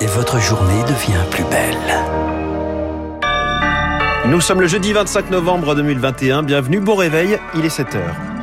et votre journée devient plus belle. Nous sommes le jeudi 25 novembre 2021. Bienvenue, bon réveil, il est 7h.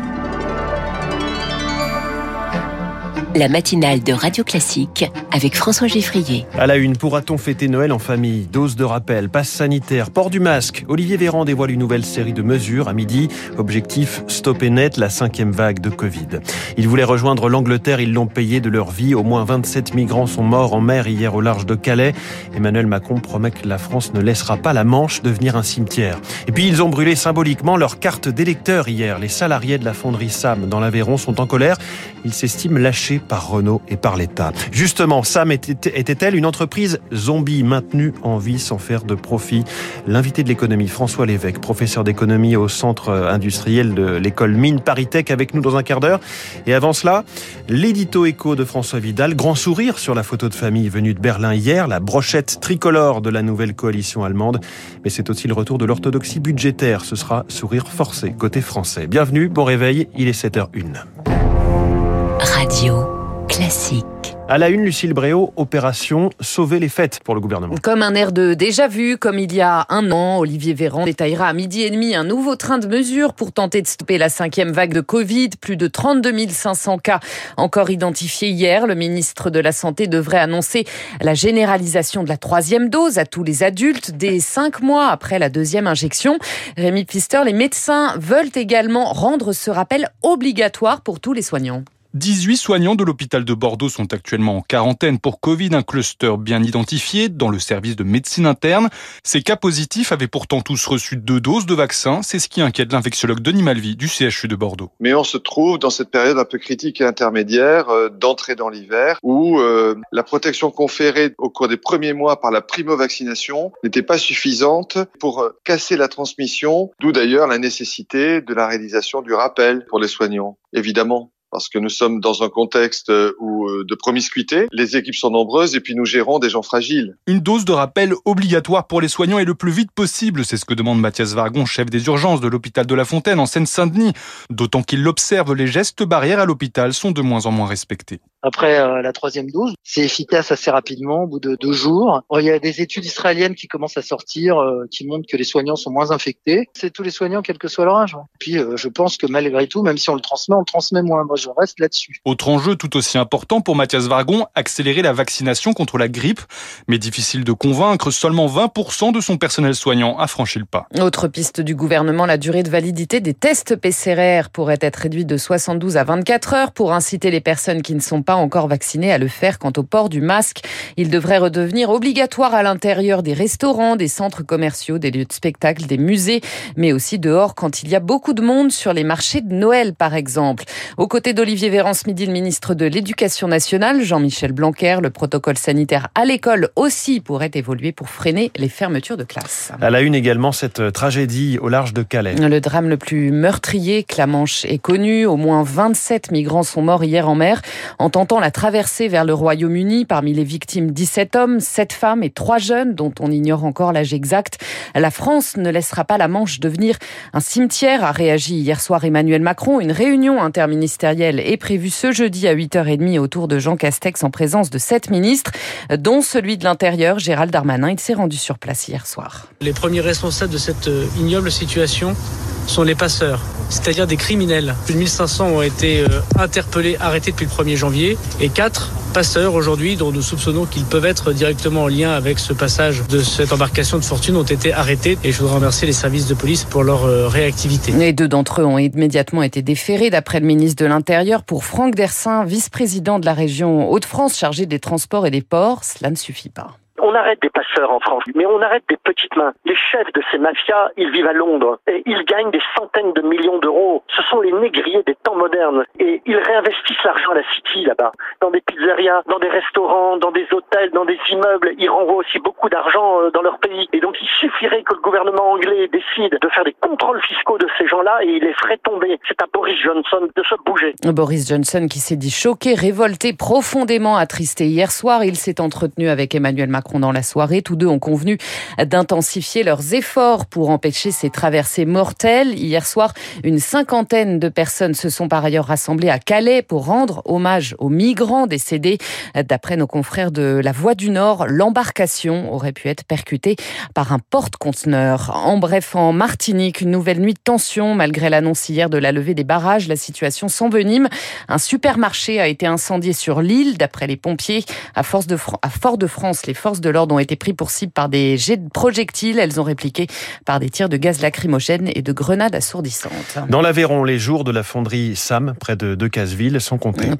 La matinale de Radio Classique avec François Geffrier. À la une, pourra-t-on fêter Noël en famille? Dose de rappel, passe sanitaire, port du masque. Olivier Véran dévoile une nouvelle série de mesures à midi. Objectif, stopper net la 5e vague de Covid. Ils voulaient rejoindre l'Angleterre, ils l'ont payé de leur vie. Au moins 27 migrants sont morts en mer hier au large de Calais. Emmanuel Macron promet que la France ne laissera pas la Manche devenir un cimetière. Et puis ils ont brûlé symboliquement leur carte d'électeur hier. Les salariés de la fonderie Sam dans l'Aveyron sont en colère. Ils s'estiment lâchés par Renault et par l'État. Justement, Sam était-elle une entreprise zombie maintenue en vie sans faire de profit? L'invité de l'économie, François Lévesque, professeur d'économie au centre industriel de l'école Mines ParisTech, avec nous dans un quart d'heure. Et avant cela, l'édito éco de François Vidal. Grand sourire sur la photo de famille venue de Berlin hier, la brochette tricolore de la nouvelle coalition allemande. Mais c'est aussi le retour de l'orthodoxie budgétaire. Ce sera sourire forcé côté français. Bienvenue, bon réveil, il est 7h01. Radio Classique. À la une, Lucille Bréau, opération sauver les fêtes pour le gouvernement. Comme un air de déjà-vu, comme il y a un an, Olivier Véran détaillera à 12h30 un nouveau train de mesures pour tenter de stopper la 5e vague de Covid. Plus de 32 500 cas encore identifiés hier. Le ministre de la Santé devrait annoncer la généralisation de la 3e dose à tous les adultes dès 5 mois après la 2e injection. Rémi Pfister, les médecins veulent également rendre ce rappel obligatoire pour tous les soignants. 18 soignants de l'hôpital de Bordeaux sont actuellement en quarantaine pour Covid, un cluster bien identifié dans le service de médecine interne. Ces cas positifs avaient pourtant tous reçu 2 doses de vaccin. C'est ce qui inquiète l'infectiologue Denis Malvy du CHU de Bordeaux. Mais on se trouve dans cette période un peu critique et intermédiaire d'entrée dans l'hiver où la protection conférée au cours des premiers mois par la primo-vaccination n'était pas suffisante pour casser la transmission, d'où d'ailleurs la nécessité de la réalisation du rappel pour les soignants, évidemment. Parce que nous sommes dans un contexte de promiscuité, les équipes sont nombreuses et puis nous gérons des gens fragiles. Une dose de rappel obligatoire pour les soignants et le plus vite possible, c'est ce que demande Mathias Vargon, chef des urgences de l'hôpital de La Fontaine en Seine-Saint-Denis. D'autant qu'il l'observe, les gestes barrières à l'hôpital sont de moins en moins respectés. Après la 3e dose, c'est efficace assez rapidement, au bout de 2 jours. Il y a des études israéliennes qui commencent à sortir, qui montrent que les soignants sont moins infectés. C'est tous les soignants, quel que soit leur âge. Puis je pense que malgré tout, même si on le transmet moins. Moi, je reste là-dessus. Autre enjeu tout aussi important pour Mathias Vargon, accélérer la vaccination contre la grippe. Mais difficile de convaincre, seulement 20% de son personnel soignant a franchi le pas. Autre piste du gouvernement, la durée de validité des tests PCR pourrait être réduite de 72 à 24 heures pour inciter les personnes qui ne sont pas encore vaccinées à le faire. Quant au port du masque, il devrait redevenir obligatoire à l'intérieur des restaurants, des centres commerciaux, des lieux de spectacle, des musées, mais aussi dehors quand il y a beaucoup de monde sur les marchés de Noël, par exemple. Aux côtés d'Olivier Véran ce midi, le ministre de l'Éducation nationale, Jean-Michel Blanquer, le protocole sanitaire à l'école aussi pourrait évoluer pour freiner les fermetures de classes. À la une également, cette tragédie au large de Calais. Le drame le plus meurtrier que la Manche ait connu. Au moins 27 migrants sont morts hier en mer en tentant la traversée vers le Royaume-Uni. Parmi les victimes, 17 hommes, 7 femmes et 3 jeunes dont on ignore encore l'âge exact. La France ne laissera pas la Manche devenir un cimetière, a réagi hier soir Emmanuel Macron. Une réunion interministérielle est prévue ce jeudi à 8h30 autour de Jean Castex en présence de 7 ministres, dont celui de l'Intérieur, Gérald Darmanin. Il s'est rendu sur place hier soir. Les premiers responsables de cette ignoble situation sont les passeurs, c'est-à-dire des criminels. Plus de 1500 ont été interpellés, arrêtés depuis le 1er janvier et 4 passeurs aujourd'hui dont nous soupçonnons qu'ils peuvent être directement en lien avec ce passage de cette embarcation de fortune ont été arrêtés et je voudrais remercier les services de police pour leur réactivité. Les 2 d'entre eux ont immédiatement été déférés d'après le ministre de l'Intérieur. Pour Franck Dersin, vice-président de la région Hauts-de-France chargé des transports et des ports, cela ne suffit pas. On arrête des passeurs en France, mais on arrête des petites mains. Les chefs de ces mafias, ils vivent à Londres et ils gagnent des centaines de millions d'euros. Ce sont les négriers des temps modernes et ils réinvestissent l'argent à la City là-bas, dans des pizzerias, dans des restaurants, dans des hôtels, dans des immeubles. Ils renvoient aussi beaucoup d'argent dans leur pays. Et donc il suffirait que le gouvernement anglais décide de faire des contrôles fiscaux de ces gens-là et il les ferait tomber. C'est à Boris Johnson de se bouger. Boris Johnson qui s'est dit choqué, révolté, profondément attristé hier soir. Il s'est entretenu avec Emmanuel Macron pendant la soirée. Tous deux ont convenu d'intensifier leurs efforts pour empêcher ces traversées mortelles. Hier soir, une cinquantaine de personnes se sont par ailleurs rassemblées à Calais pour rendre hommage aux migrants décédés. D'après nos confrères de La Voix du Nord, l'embarcation aurait pu être percutée par un porte-conteneur. En bref, en Martinique, une nouvelle nuit de tension. Malgré l'annonce hier de la levée des barrages, la situation s'envenime. Un supermarché a été incendié sur l'île. D'après les pompiers, à Fort-de-France, les forces de l'ordre ont été pris pour cible par des jets de projectiles. Elles ont répliqué par des tirs de gaz lacrymogène et de grenades assourdissantes. Dans l'Aveyron, les jours de la fonderie Sam, près de Decazeville, sont comptés.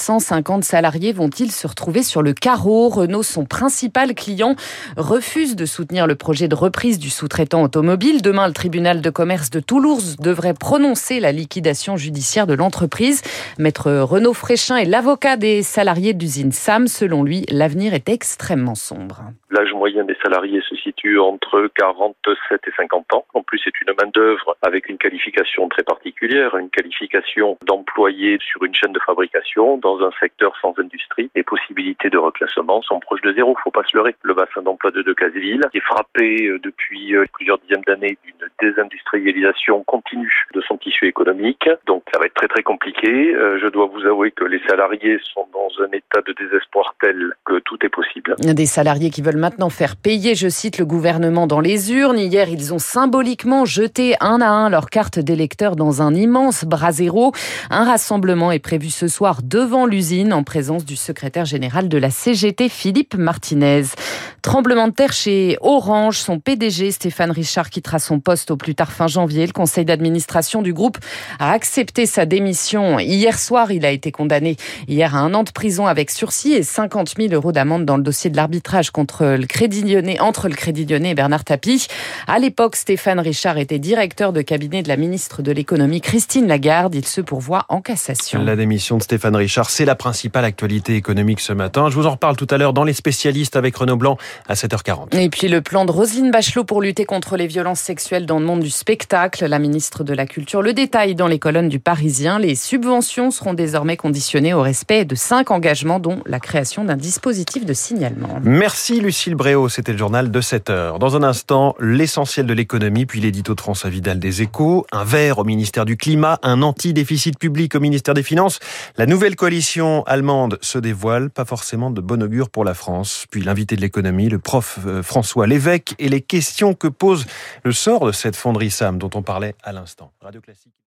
350 salariés vont-ils se retrouver sur le carreau ? Renault, son principal client, refuse de soutenir le projet de reprise du sous-traitant automobile. Demain, le tribunal de commerce de Toulouse devrait prononcer la liquidation judiciaire de l'entreprise. Maître Renaud Fréchin est l'avocat des salariés d'usine Sam. Selon lui, l'avenir est extrêmement sombre. L'âge moyen des salariés se situe entre 47 et 50 ans. En plus, c'est une main-d'œuvre avec une qualification très particulière, une qualification d'employé sur une chaîne de fabrication dans un secteur sans industrie. Les possibilités de reclassement sont proches de zéro, faut pas se leurrer. Le bassin d'emploi de Decazeville est frappé depuis plusieurs dizaines d'années d'une désindustrialisation continue de son tissu économique. Donc ça va être très très compliqué. Je dois vous avouer que les salariés sont dans un état de désespoir tel que tout est possible. Des salariés qui veulent maintenant faire payer, je cite, le gouvernement dans les urnes. Hier, ils ont symboliquement jeté un à un leurs cartes d'électeurs dans un immense brasero. Un rassemblement est prévu ce soir devant l'usine en présence du secrétaire général de la CGT, Philippe Martinez. Tremblement de terre chez Orange. Son PDG, Stéphane Richard, quittera son poste au plus tard fin janvier. Le conseil d'administration du groupe a accepté sa démission. Hier soir, il a été condamné à 1 an de prison avec sursis et 50 000 € d'amende dans le dossier de l'arbitrage entre le Crédit Lyonnais et Bernard Tapie. À l'époque, Stéphane Richard était directeur de cabinet de la ministre de l'économie Christine Lagarde. Il se pourvoit en cassation. La démission de Stéphane Richard, c'est la principale actualité économique ce matin. Je vous en reparle tout à l'heure dans Les Spécialistes avec Renaud Blanc à 7h40. Et puis le plan de Roselyne Bachelot pour lutter contre les violences sexuelles dans le monde du spectacle. La ministre de la Culture le détaille dans les colonnes du Parisien. Les subventions seront désormais conditionnées au respect de 5 engagements, dont la création d'un dispositif de signalement. Merci Lucille Bréau, c'était le journal de 7h. Dans un instant, l'essentiel de l'économie, puis l'édito de François Vidal des Échos, un vert au ministère du Climat, un anti-déficit public au ministère des Finances. La nouvelle coalition allemande se dévoile, pas forcément de bon augure pour la France. Puis l'invité de l'économie, le prof François Lévesque, et les questions que pose le sort de cette fonderie Sam dont on parlait à l'instant. Radio Classique.